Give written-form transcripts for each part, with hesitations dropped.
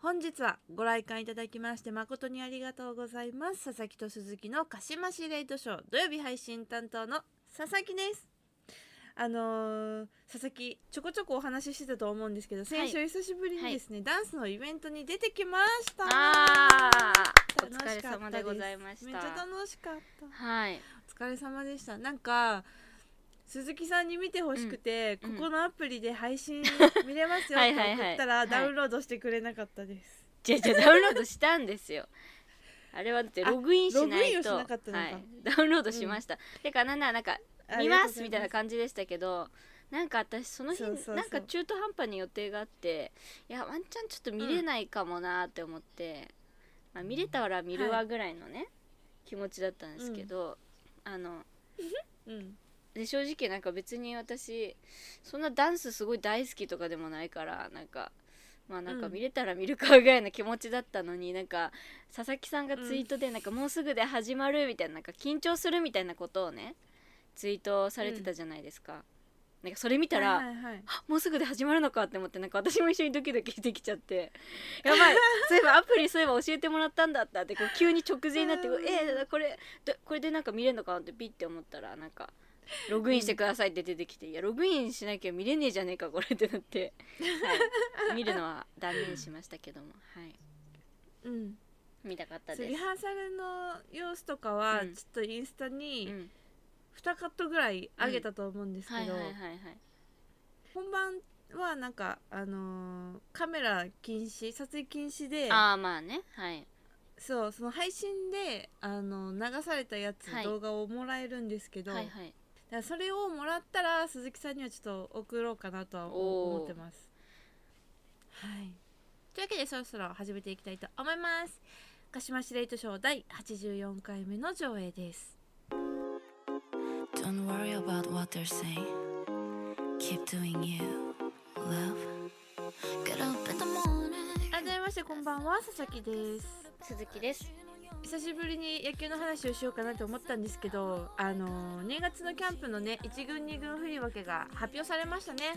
本日はご来館いただきまして誠にありがとうございます。佐々木と鈴木のかしましレイトショー土曜日配信担当の佐々木です。佐々木ちょこちょこお話ししてたと思うんですけど、先週久しぶりにですね、ダンスのイベントに出てきました。 お疲れ様でございました。 めっちゃ楽しかった。 はい、 お疲れ様でした。なんか鈴木さんに見てほしくて、ここのアプリで配信見れますよって送ったらダウンロードしてくれなかったです。 じゃダウンロードしたんですよ。あれはだってログインしないと、 ダウンロードしました。てかなんか見ますみたいな感じでしたけど、なんか私その日なんか中途半端に予定があって、いやワンチャンちょっと見れないかもなって思って、見れたら見るわぐらいのね、気持ちだったんですけど、で正直なんか別に私そんなダンスすごい大好きとかでもないから、なんか見れたら見るかぐらいの気持ちだったのに、なんか佐々木さんがツイートでなんかもうすぐで始まるみたいな、なんか緊張するみたいなことをねツイートされてたじゃないですか。なんかそれ見たら、もうすぐで始まるのかって思って、なんか私も一緒にドキドキしてきちゃって、やばいそういえばアプリそういえば教えてもらったんだったってこう急に直前になってこれでなんか見れるのかなってピッて思ったら、なんかログインしてくださいって出てきて、いやログインしなきゃ見れねえじゃねえかこれってなって、見るのは断念しましたけども、見たかったです。 リハーサルの様子とかはちょっとインスタに2カットぐらい上げたと思うんですけど、本番はなんかカメラ禁止、撮影禁止で、その配信で流されたやつ、動画をもらえるんですけど、だからそれをもらったら鈴木さんにはちょっと送ろうかなとは思ってます。というわけでそろそろ始めていきたいと思います。かしましレイトショー第84回目の上映です。Don't worry about what they're saying. Keep doing you, love. Get up in the morning. 改めましてこんばんは、佐々木です。 鈴木です。 久しぶりに野球の話をしようかなと思ったんですけど、2月のキャンプのね1軍2軍振り分けが発表されましたね。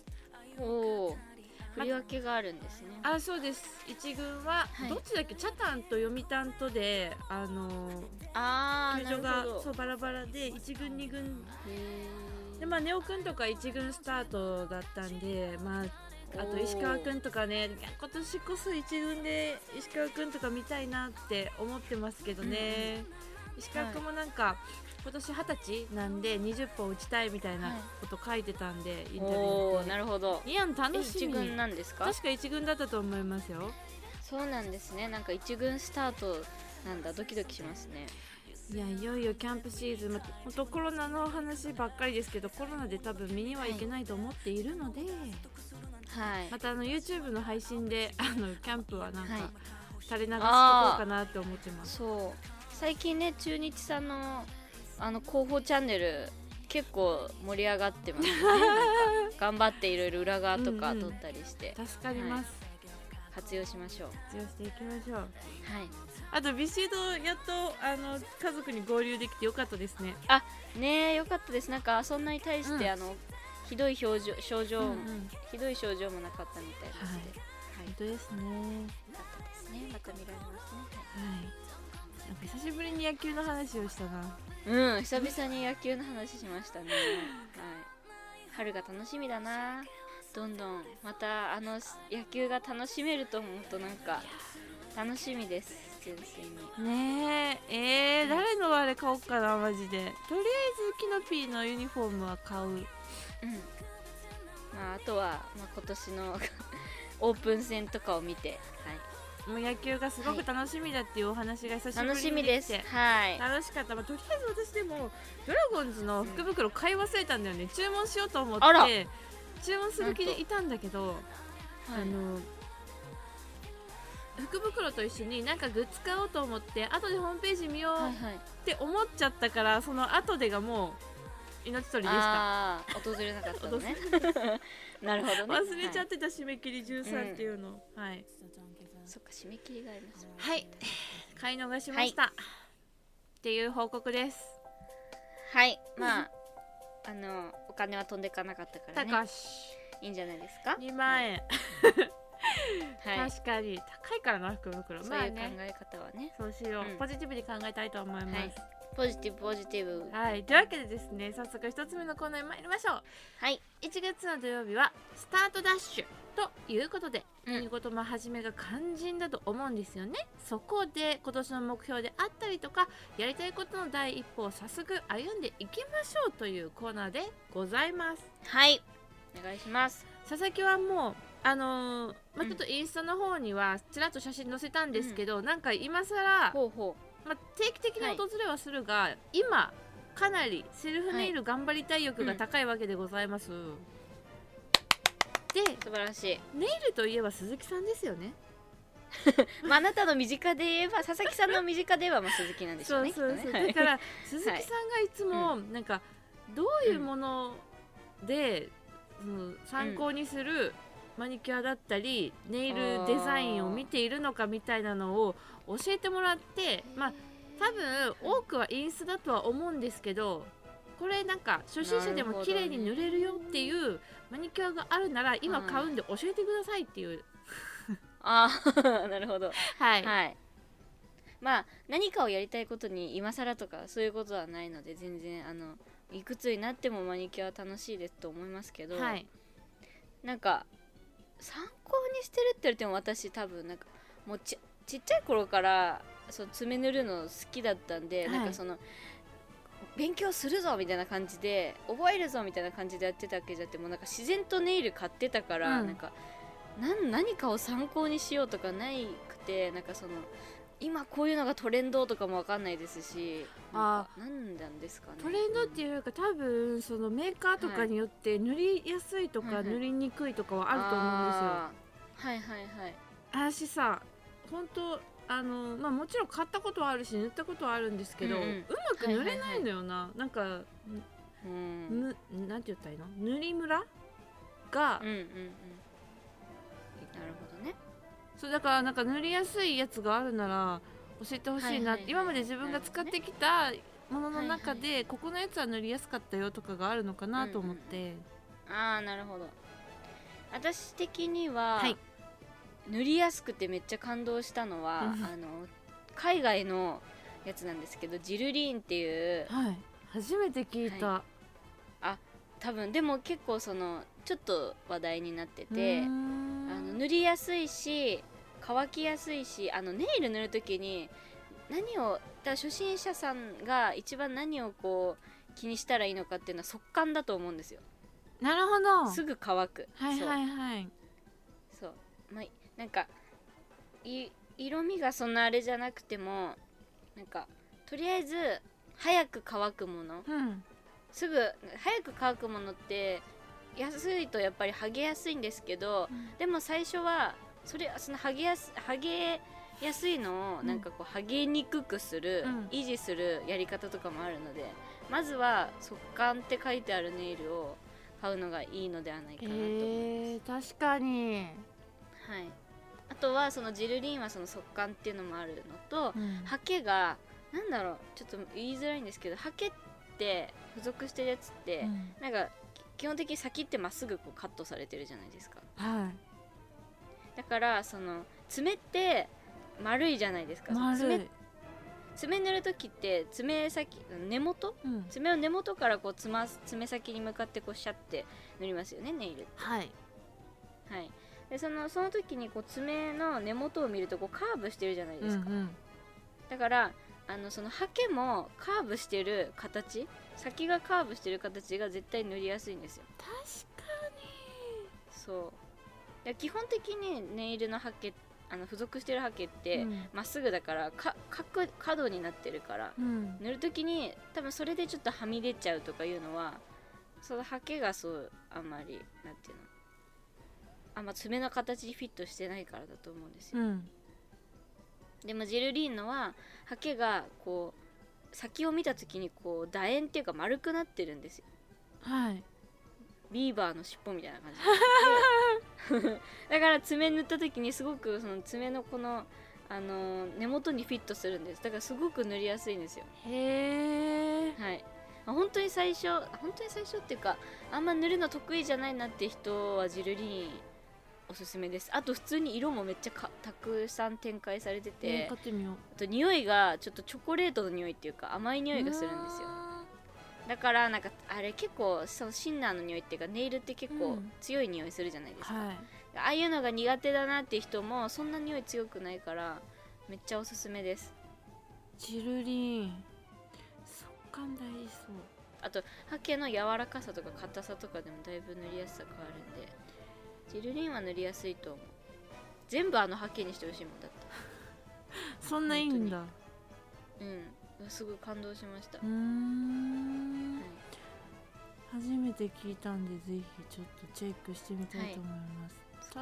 振り分けがあるんですね。 そうです。1軍は、どっちだっけ、チャタンと読谷とで球場がバラバラで1軍2軍で、ネオくんとか1軍スタートだったんで、あと石川くんとかね、今年こそ1軍で石川くんとか見たいなって思ってますけどね、石川くんもなんか、今年20歳なんで20本打ちたいみたいなこと書いてたんで、インタビューで。 なるほど。 いや楽しみ。 1軍なんですか？ 確か1軍だったと思いますよ。 そうなんですね。なんか1軍スタートなんだ、ドキドキしますね。 いよいよキャンプシーズン、本当コロナの話ばっかりですけど、コロナで多分見にはいけないと思っているので、またYouTube の配信でキャンプはなんか垂れ流しとこうかなって思ってます。 そう最近ね、中日さんの広報チャンネル結構盛り上がってますね。頑張っていろいろ裏側とか撮ったりして、 助かります。 活用しましょう。 活用していきましょう。あとビシードやっと家族に合流できてよかったですね。 よかったです。なんかそんなに対して、ひどい症状もなかったみたいでして、 本当ですね。 よかったですね。また見られますね。 なんか久しぶりに野球の話をしたな。 久々に野球の話しましたね。春が楽しみだな。どんどんまた野球が楽しめると思うとなんか楽しみです。純粋にねえ。誰のあれ買おうかなマジで。とりあえずキノピーのユニフォームは買う。 あとは、今年のオープン戦とかを見て、 もう野球がすごく楽しみだっていうお話が久しぶりに楽しみです。 楽しかった。とりあえず私でもドラゴンズの福袋買い忘れたんだよね。注文しようと思って注文する気でいたんだけど、福袋と一緒になんかグッズ買おうと思って後でホームページ見ようって思っちゃったから、その後でがもう命取りでした。 訪れなかったのね。なるほどね。 忘れちゃってた、締め切り13っていうの。 そっか、締め切りがあります。 買い逃しましたっていう報告です。 お金は飛んでかなかったからね。いいんじゃないですか。 2万円はい、 確かに高いからな福袋。 そういう考え方はね、 そうしよう、ポジティブに考えたいと思います。 ポジティブポジティブ。 はい、というわけでですね、早速一つ目のコーナーに参りましょう。 はい、 1月の土曜日はスタートダッシュということで、何事も始めが肝心だと思うんですよね。そこで今年の目標であったりとか、やりたいことの第一歩を早速歩んでいきましょうというコーナーでございます。 はい、お願いします。 佐々木はもうちょっとインスタの方にはちらっと写真載せたんですけど、なんか今更定期的に訪れはするが、今かなりセルフネイル頑張りたい欲が高いわけでございます、で素晴らしい。 ネイルといえば鈴木さんですよね。 まあ、あなたの身近で言えば佐々木さんの身近で言えばまあ鈴木なんでしょうね。 そうだから鈴木さんがいつもなんかどういうものでその参考にするマニキュアだったりネイルデザインを見ているのかみたいなのを教えてもらって、まあ多分多くはインスタだとは思うんですけど、これなんか初心者でも綺麗に塗れるよっていうマニキュアがあるなら今買うんで教えてくださいっていうああなるほど。 はい、 はい、まあ何かをやりたいことに今更とかそういうことはないので、全然いくつになってもマニキュア楽しいですと思いますけど、 はい、 なんか参考にしてるって言われても、私多分なんかもうちっちゃい頃から爪塗るの好きだったんで、なんか勉強するぞみたいな感じで覚えるぞみたいな感じでやってたわけじゃなくて、もうなんか自然とネイル買ってたから、なんか何かを参考にしようとかないくて、なんか今こういうのがトレンドとかも分かんないですし、何なんですかね。 トレンドっていうか多分そのメーカーとかによって塗りやすいとか塗りにくいとかはあると思うんですよ。私さ本当もちろん買ったことはあるし塗ったことはあるんですけど、うまく塗れないのよな。なんかなんて言ったらいいの、塗りムラが、 なるほどね。 そうだからなんか塗りやすいやつがあるなら教えてほしいな、今まで自分が使ってきたものの中で、ここのやつは塗りやすかったよとかがあるのかなと思って、 なるほど。私的には、塗りやすくてめっちゃ感動したのは、海外のやつなんですけど、ジルリーンっていう、 初めて聞いた、 多分でも結構ちょっと話題になってて、塗りやすいし乾きやすいし、ネイル塗るときに初心者さんが一番何をこう気にしたらいいのかっていうのは速乾だと思うんですよ。 なるほど。 すぐ乾く。そうまあなんか色味がそんなあれじゃなくても、なんかとりあえず早く乾くもの、すぐ早く乾くものって安いとやっぱり剥げやすいんですけど、でも最初はその剥げやすいのをなんかこう剥げにくくする、維持するやり方とかもあるので、まずは速乾って書いてあるネイルを買うのがいいのではないかなと思います。確かに。 あとはそのジルリーンはその速乾っていうのもあるのと、ハケがなんだろう、ちょっと言いづらいんですけど、ハケって付属してるやつって、なんか基本的に先ってまっすぐこうカットされてるじゃないですか。だから爪って丸いじゃないですか。爪塗るときって爪を根元からこう爪先に向かってこうシャッて塗りますよね、ネイルって。でその時にこう爪の根元を見るとこうカーブしてるじゃないですか。だからそのハケもカーブしてる形、先がカーブしてる形が絶対塗りやすいんですよ。 確かに。 そう基本的にネイルのハケ、付属してるハケってまっすぐだから角になってるから、塗るときに多分それでちょっとはみ出ちゃうとかいうのは、そのハケがあんまりなんていうの、爪の形にフィットしてないからだと思うんですよ。でもジルリーンのはハケがこう先を見た時にこう楕円っていうか丸くなってるんですよ。ビーバーの尻尾みたいな感じでだから爪塗った時にすごくその爪のこの根元にフィットするんです。だからすごく塗りやすいんですよ。本当に最初っていうか、あんま塗るの得意じゃないなって人はジルリーンおすすめです。あと普通に色もめっちゃたくさん展開されてて、 買ってみよう。 あと匂いがちょっとチョコレートの匂いっていうか甘い匂いがするんですよ。だからなんかあれ結構そのシンナーの匂いっていうかネイルって結構強い匂いするじゃないですか、 はい、 ああいうのが苦手だなっていう人もそんな匂い強くないからめっちゃおすすめです。 ジルリン速乾大事そう。 あとハケの柔らかさとか硬さとかでもだいぶ塗りやすさ変わるんで、ジルリンは塗りやすいと思う。全部ハケにしてほしいもんだったそんないいんだ。 すごい感動しました。 初めて聞いたんでぜひちょっとチェックしてみたいと思います、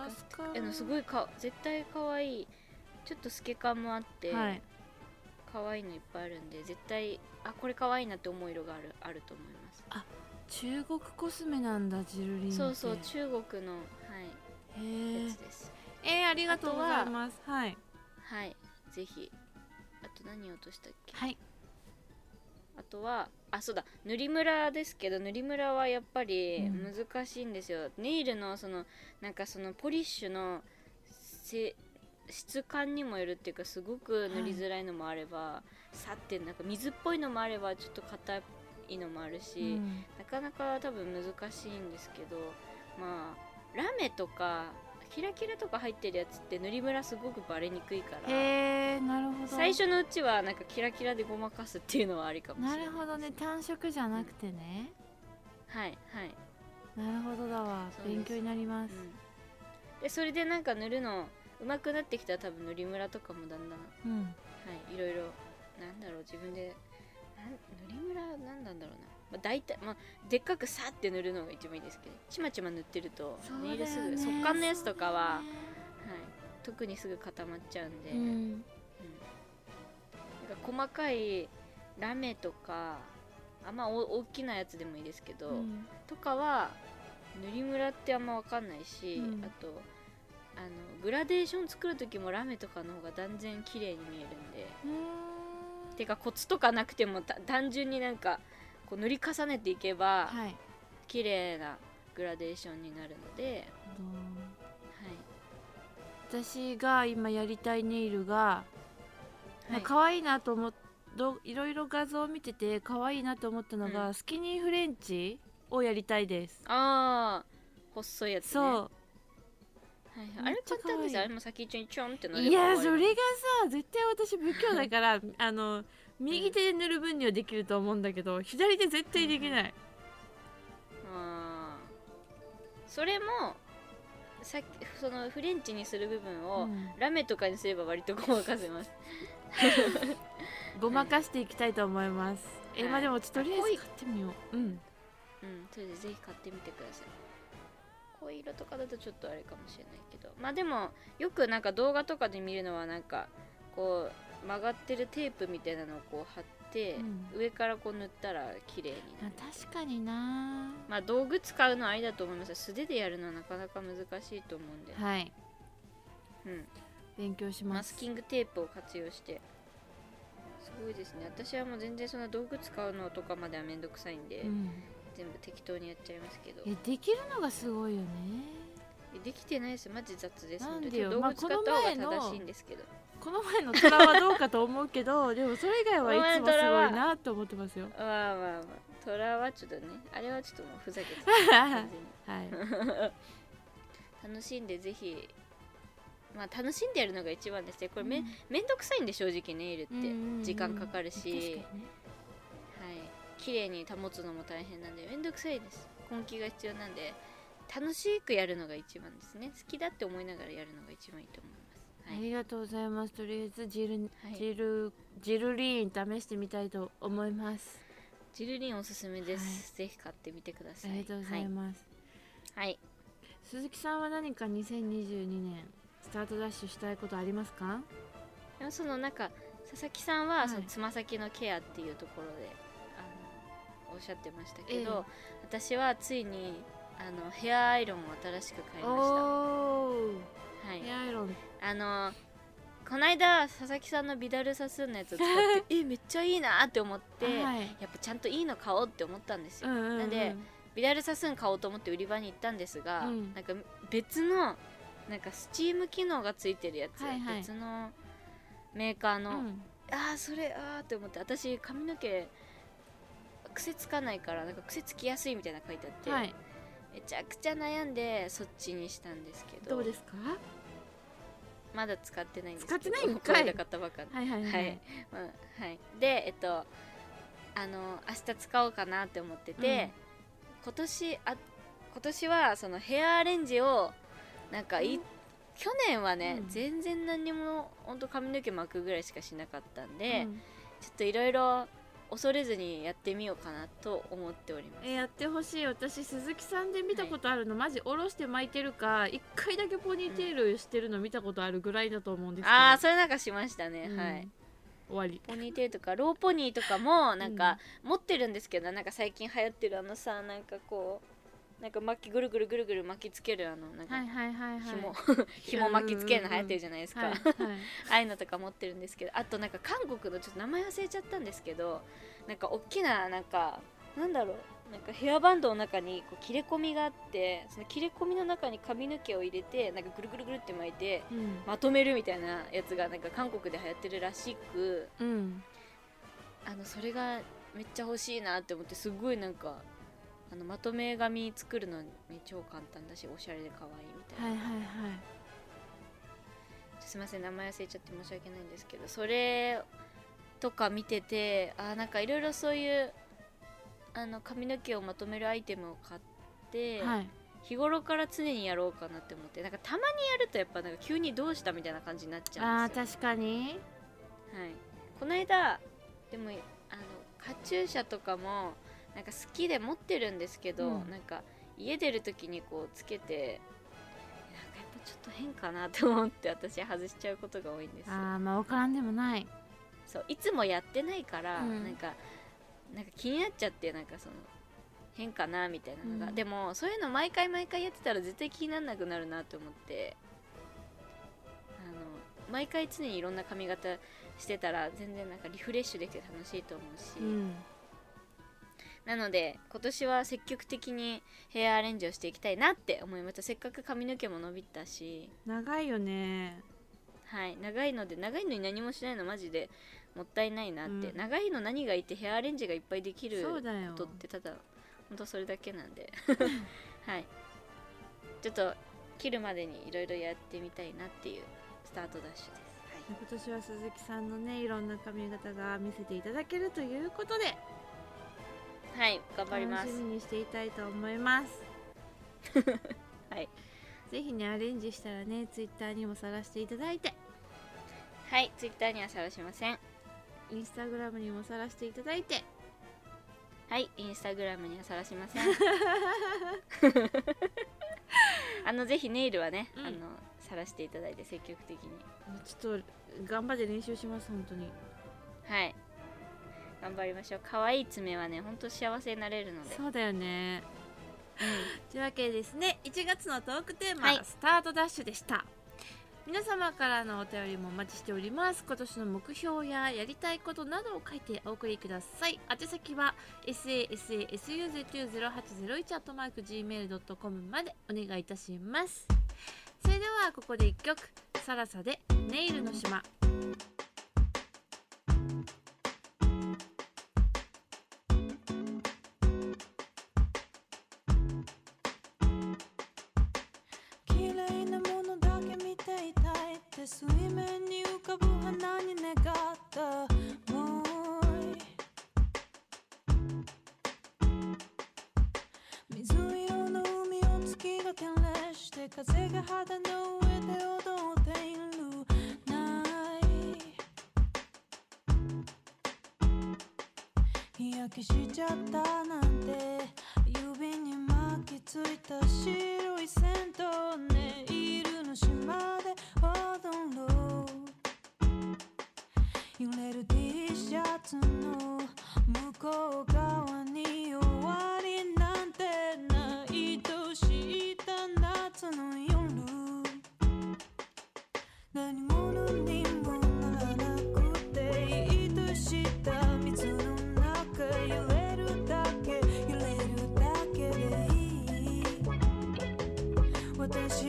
助かる。 すごい絶対可愛い、ちょっと透け感もあって、はい、可愛いのいっぱいあるんで絶対これ可愛いなって思う色があると思います。 あ、中国コスメなんだジルリンって。 そうそう、中国の、やつです。 ありがとうございます。はいはい、ぜひ。あと何を落としたっけ。 はい、 あとはそうだ、塗りムラですけど、塗りムラはやっぱり難しいんですよ、ネイルのなんかポリッシュの質感にもよるっていうか、すごく塗りづらいのもあれば、さってなんか水っぽいのもあればちょっと硬いのもあるし、なかなか多分難しいんですけど、まあラメとかキラキラとか入ってるやつって塗りムラすごくバレにくいから、 なるほど。 最初のうちはなんかキラキラでごまかすっていうのはありかもしれない。 なるほどね、単色じゃなくてね、 はいはい、 なるほどだわ、勉強になります。 でそれでなんか塗るの上手くなってきたら多分塗りムラとかもだんだん、はい、いろいろなんだろう、自分で塗りムラなんなんだろうな、大体でっかくさって塗るのが一番いいですけど、ちまちま塗ってるとネイルすぐ、速乾のやつとかは、はい、特にすぐ固まっちゃうんで、なんか細かいラメとか大きなやつでもいいですけど、とかは塗りムラってあんま分かんないし、あとグラデーション作る時もラメとかの方が断然綺麗に見えるんで、てかコツとかなくても単純になんかこう塗り重ねていけば、はい、綺麗なグラデーションになるので、 はい、私が今やりたいネイルが、可愛いなと思っていろいろ画像を見てて可愛いなと思ったのが、スキニーフレンチをやりたいです。 細いやつね。 そう、 あれ簡単ですよ。あれも先っちょにちょんって塗れば。 いや、それがさ、絶対私不器用だから右手で塗る分にはできると思うんだけど、左手絶対できない。 それもそのフレンチにする部分をラメとかにすれば割とごまかせます。 ごまかしていきたいと思います。まあでもとりあえず買ってみよう。 それでぜひ買ってみてください。濃い色とかだとちょっとあれかもしれないけど、まあでもよくなんか動画とかで見るのはなんかこう曲がってるテープみたいなのをこう貼って、上からこう塗ったら綺麗になる。 確かにな。 まあ道具使うのはありだと思います。素手でやるのはなかなか難しいと思うんで、 はい、勉強します。 マスキングテープを活用して、すごいですね。私はもう全然そんな道具使うのとかまではめんどくさいんで、全部適当にやっちゃいますけど、 できるのがすごいよね。 できてないですよ、マジ雑です。 なんでよ、 道具使った方が正しいんですけど、 この前のトラはどうかと思うけどでもそれ以外はいつもすごいなって思ってますよ。 まあトラはちょっとね、あれはちょっともうふざけて楽しんでぜひ、楽しんでやるのが一番ですね。これめんどくさいんで、正直ネイルって時間かかるし、綺麗に保つのも大変なんでめんどくさいです。根気が必要なんで楽しくやるのが一番ですね。好きだって思いながらやるのが一番いいと思います。 ありがとうございます。とりあえずジルリーン試してみたいと思います。 ジルリーンおすすめです、ぜひ買ってみてください。 ありがとうございます。 鈴木さんは何か2022年スタートダッシュしたいことありますか？ でもなんか佐々木さんはそのつま先のケアっていうところでおっしゃってましたけど、私はついにヘアアイロンを新しく買いました。ヘアアイロン、この間佐々木さんのビダルサスーンのやつを使ってめっちゃいいなって思って、やっぱちゃんといいの買おうって思ったんですよ。なんでビダルサスーン買おうと思って売り場に行ったんですが、なんか別のなんかスチーム機能がついてるやつ、 はいはい、 別のメーカーの、 うん、 それって思って、私髪の毛癖つかないからなんか癖つきやすいみたいなの書いてあって、 はい、 めちゃくちゃ悩んでそっちにしたんですけど、 どうですか？ まだ使ってないんですけど、 使ってないんかい、 この間買ったばっかり、 はいはいはい、 はいで明日使おうかなって思ってて、今年はそのヘアアレンジをなんか去年はね、全然何も本当髪の毛巻くぐらいしかしなかったんで、ちょっといろいろ恐れずにやってみようかなと思っております。 やってほしい。私鈴木さんで見たことあるの、マジ下ろして巻いてるか1回だけポニーテールしてるの見たことあるぐらいだと思うんですけど、 それなんかしましたね、はい、 終わり。 ポニーテールとかローポニーとかもなんか持ってるんですけど、なんか最近流行ってるなんかこうなんかぐるぐるぐるぐる巻きつけるなんか紐巻きつけるの流行ってるじゃないですか、ああいうのとか持ってるんですけど、あとなんか韓国のちょっと名前忘れちゃったんですけど、なんか大きななんかなんだろう、なんかヘアバンドの中にこう切れ込みがあって、その切れ込みの中に髪の毛を入れてなんかぐるぐるぐるって巻いて、まとめるみたいなやつがなんか韓国で流行ってるらしく、それがめっちゃ欲しいなって思って、すごいなんかまとめ髪作るのに超簡単だしおしゃれで可愛いみたいな、すいません名前忘れちゃって申し訳ないんですけど、それとか見てて、なんかいろいろそういう髪の毛をまとめるアイテムを買って、日頃から常にやろうかなって思って、なんかたまにやるとやっぱなんか急にどうしたみたいな感じになっちゃうんですよ。 確かに、 この間でもカチューシャとかもなんか好きで持ってるんですけど、なんか家出るときにこうつけて、なんかやっぱちょっと変かなと思って私外しちゃうことが多いんですよ。 分からんでもない。 そういつもやってないから、なんか気になっちゃって、なんかその変かなみたいなのが、でもそういうの毎回やってたら絶対気にならなくなるなと思って、毎回常にいろんな髪型してたら全然なんかリフレッシュできて楽しいと思うし、なので今年は積極的にヘアアレンジをしていきたいなって思いました。せっかく髪の毛も伸びたし、 長いよね。 長いのに何もしないのマジでもったいないなって、長いの何がいてヘアアレンジがいっぱいできることってただ本当それだけなんでちょっと切るまでにいろいろやってみたいなっていうスタートダッシュです。 今年は鈴木さんのねいろんな髪型が見せていただけるということで、 頑張ります。 楽しみにしていたいと思いますぜひねアレンジしたらねツイッターにもさらしていただいて、 ツイッターにはさらしません。 インスタグラムにもさらしていただいて、 インスタグラムにはさらしませんぜひネイルはね、さらしていただいて積極的にちょっと頑張って練習します本当に。 頑張りましょう。可愛い爪はね本当幸せになれるので。 そうだよね、というわけでですね、1月のトークテーマ、スタートダッシュでした。皆様からのお便りもお待ちしております。今年の目標ややりたいことなどを書いてお送りください。宛先は sasasuzu0801@gmail.com までお願いいたします。それではここで1曲、サラサでネイルの島。 水面に浮かぶ花に願ったもう水色の海を月が照らして、風が肌の上で踊っている日焼けしちゃったなんて、指に巻きついた白い線とネイルの島で踊ろう。揺れる T シャツの向こう側に終わりなんてないと知った夏の夜、何者にもならなくて愛した水の中、揺れるだけでいい。私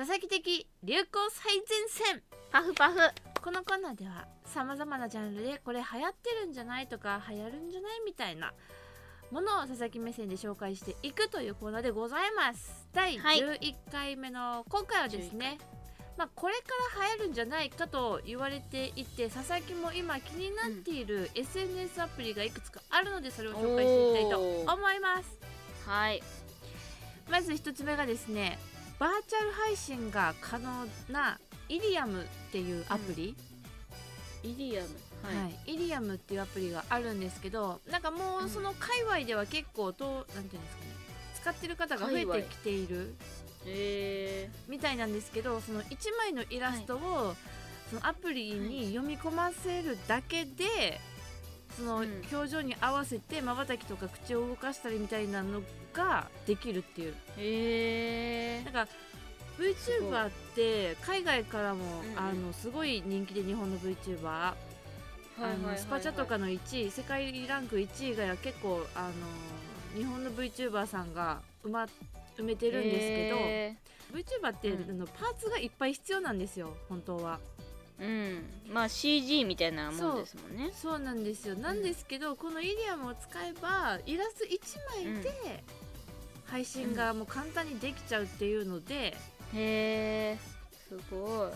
佐々木的流行最前線パフパフ。 このコーナーではさまざまなジャンルでこれ流行ってるんじゃないとか流行るんじゃないみたいなものを佐々木目線で紹介していくというコーナーでございます。第11回目の今回はですね、これから流行るんじゃないかと言われていて、佐々木も今気になっている SNS アプリがいくつかあるのでそれを紹介していきたいと思います。 はい。 まず1つ目がですね、バーチャル配信が可能なイリアムっていうアプリ、 イリアム、 イリアムっていうアプリがあるんですけど、なんかもうその界隈では結構なんていうんですかね、使ってる方が増えてきているみたいなんですけど、その1枚のイラストをそのアプリに読み込ませるだけで、その表情に合わせて瞬きとか口を動かしたりみたいなのができるっていう。なんか VTuber って海外からもすごい人気で、日本の VTuber、スパチャとかの1位、世界ランク1位が結構日本の VTuber さんが埋めてるんですけど、VTuber ってパーツがいっぱい必要なんですよ本当は。 まあ CG みたいなもんですもんね。 そうなんですよ。なんですけど、このイリアムを使えばイラスト1枚で配信がもう簡単にできちゃうっていうので、 すごい。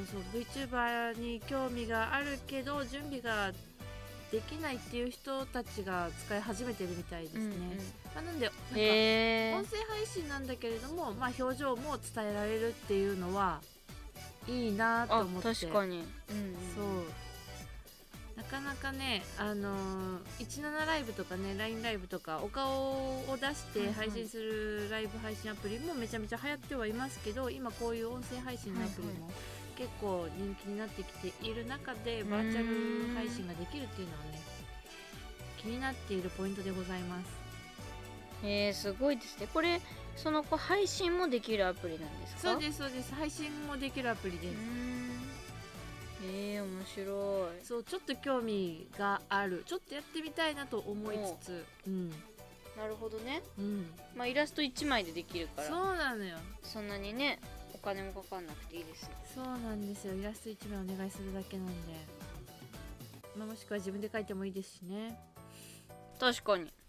VTuber に興味があるけど準備ができないっていう人たちが使い始めてるみたいですね。なのでなんか音声配信なんだけれども、表情も伝えられるっていうのはいいなと思って。 確かに、 そうなかなかね、17ライブとかね LINE ライブとかお顔を出して配信するライブ配信アプリもめちゃめちゃ流行ってはいますけど、今こういう音声配信のアプリも結構人気になってきている中で、バーチャル配信ができるっていうのはね、気になっているポイントでございます。 すごいですね。これ配信もできるアプリなんですか？ そうです、配信もできるアプリです。 面白い。 そう、ちょっと興味がある、ちょっとやってみたいなと思いつつ、 なるほどね。イラスト1枚でできるから、 そうなのよ。 そんなにねお金もかかんなくていいですね。 そうなんですよ。イラスト1枚お願いするだけなんで、もしくは自分で描いてもいいですしね。 確かに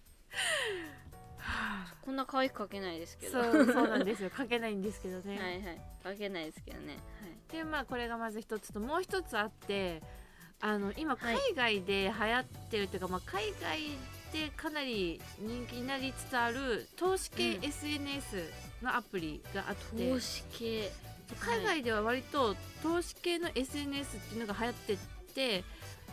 こんな可愛く描けないですけど。 そうなんですよ。描けないんですけどね。 描けないですけどね。 でこれがまず一つと、もう一つあって、今海外で流行ってるというか、海外でかなり人気になりつつある投資系 SNS のアプリがあって、 投資系、 海外では割と投資系の SNS っていうのが流行ってて、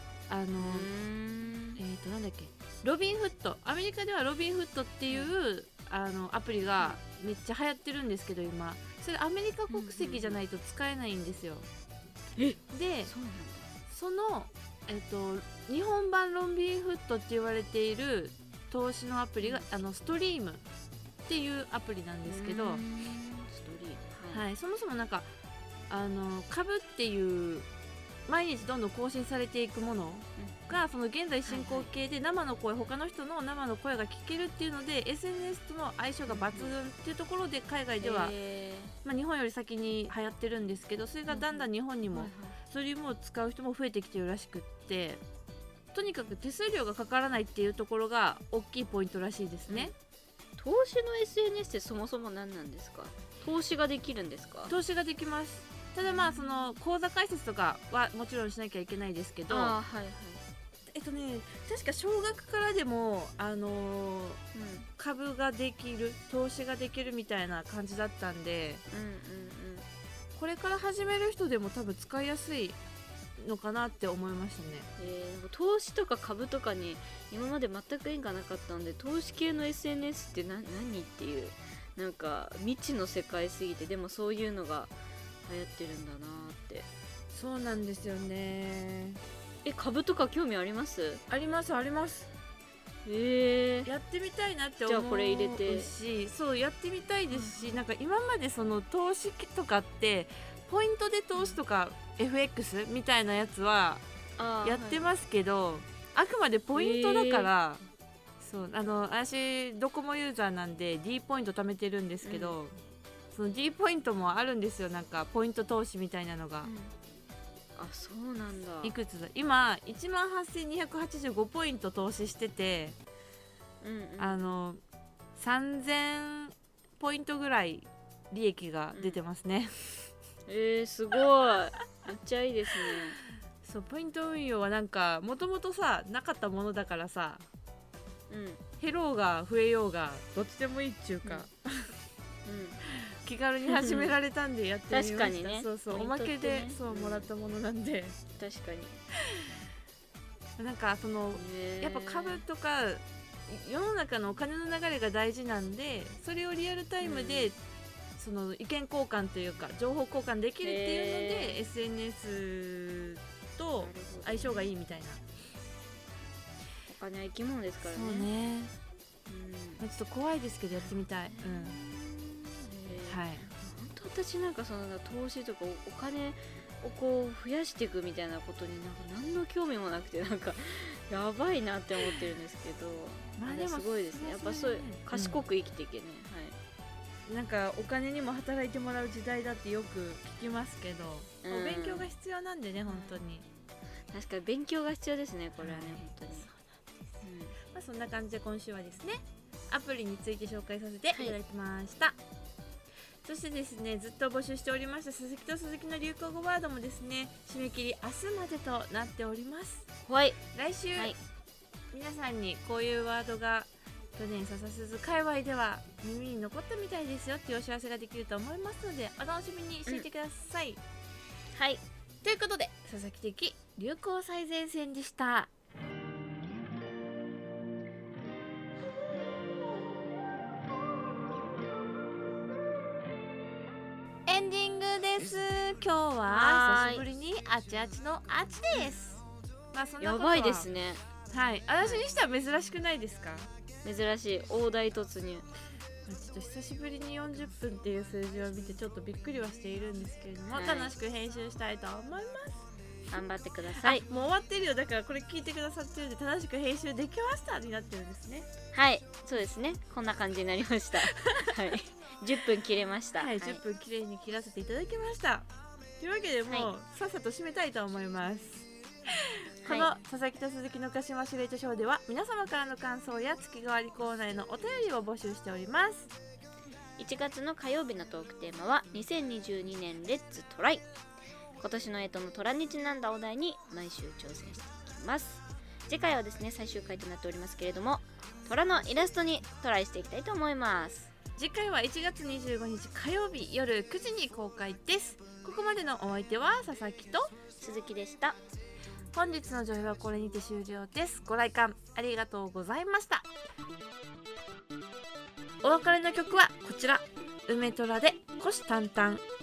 なんだっけ、ロビンフット、アメリカではロビンフットっていうアプリがめっちゃ流行ってるんですけど、今それアメリカ国籍じゃないと使えないんですよ。で、その日本版ロビンフットって言われている投資のアプリがストリームっていうアプリなんですけど、そもそもなんか株っていう毎日どんどん更新されていくものが、その現在進行形で生の声、他の人の生の声が聞けるっていうので SNS との相性が抜群っていうところで、海外では、日本より先に流行ってるんですけど、それがだんだん日本にもストリームを使う人も増えてきてるらしくって、とにかく手数料がかからないっていうところが大きいポイントらしいですね。 投資の SNS ってそもそも何なんですか？投資ができるんですか？ 投資ができます。ただその口座開設とかはもちろんしなきゃいけないですけど、確か少額からでも株ができる、投資ができるみたいな感じだったんで、これから始める人でも多分使いやすいのかなって思いましたね。 投資とか株とかに今まで全く縁がなかったんで、投資系の SNS って何っていう、なんか未知の世界すぎて、でもそういうのが流行ってるんだなって。 そうなんですよね。 株とか興味あります？ あります。やってみたいなって思うし、 じゃあこれ入れて、 そうやってみたいですし、なんか今までその投資とかってポイントで投資とか FX みたいなやつはやってますけど、あくまでポイントだから、そう私ドコモユーザーなんで D ポイント貯めてるんですけど、 その D ポイントもあるんですよ。なんかポイント投資みたいなのが、 あ、そうなんだ。 いくつだ今18,285ポイント投資してて、3000ポイントぐらい利益が出てますね、 すごい、めっちゃいいですね。 そう、ポイント運用はなんかもともとさなかったものだからさ、減ろうが増えようがどっちでもいいっちゅうか、気軽に始められたんでやってみました。 確かにね。 そうそう、おまけで、そうもらったものなんで、 確かに。 なんかそのやっぱ株とか世の中のお金の流れが大事なんで、それをリアルタイムで、その意見交換というか情報交換できるっていうので、SNS と相性がいいみたいな。 お金は生き物ですからね。 そうね、ちょっと怖いですけどやってみたい。はい。 本当私なんかその投資とかお金をこう増やしていくみたいなことになんか何の興味もなくて、なんかやばいなって思ってるんですけど、まあでもすごいですね。やっぱそういう賢く生きていけね。 なんかお金にも働いてもらう時代だってよく聞きますけど、お勉強が必要なんでね、本当に。 確かに勉強が必要ですね、これはね、本当に。 まあそんな感じで今週はですね、アプリについて紹介させていただきました。そしてですね、ずっと募集しておりました佐々木と鈴木の流行語ワードもですね、締め切り明日までとなっております。 はい。 来週、皆さんにこういうワードが去年笹鈴界隈では耳に残ったみたいですよっていうお知らせができると思いますので、お楽しみにしていてください。 はい。 ということで、佐々木的流行最前線でした。エンディングです。今日は久しぶりにあちあちのあちです。まあそんなことはやばいですね。 はい、私にしては珍しくないですか？ 珍しい、大台突入。 ちょっと久しぶりに40分っていう数字を見てちょっとびっくりはしているんですけれども、楽しく編集したいと思います。 頑張ってください。 もう終わってるよ。だからこれ聞いてくださってるんで、楽しく編集できましたになってるんですね。 はい、そうですね。こんな感じになりました。はい。10分切れました。 はい、10分きれいに切らせていただきました。というわけでもう、さっさと締めたいと思います。この佐々木と鈴木の鹿島シュレイトショーでは皆様からの感想や月替わりコーナーへのお便りを募集しております。 1月の火曜日のトークテーマは2022年レッツトライ。今年の干支の虎にちなんだお題に毎週挑戦していきます。次回はですね、最終回となっておりますけれども、虎のイラストにトライしていきたいと思います。 次回は1月25日火曜日夜9時に公開です。ここまでのお相手は佐々木と鈴木でした。 本日の上映はこれにて終了です。ご来館ありがとうございました。お別れの曲はこちら、梅虎で虎視眈々。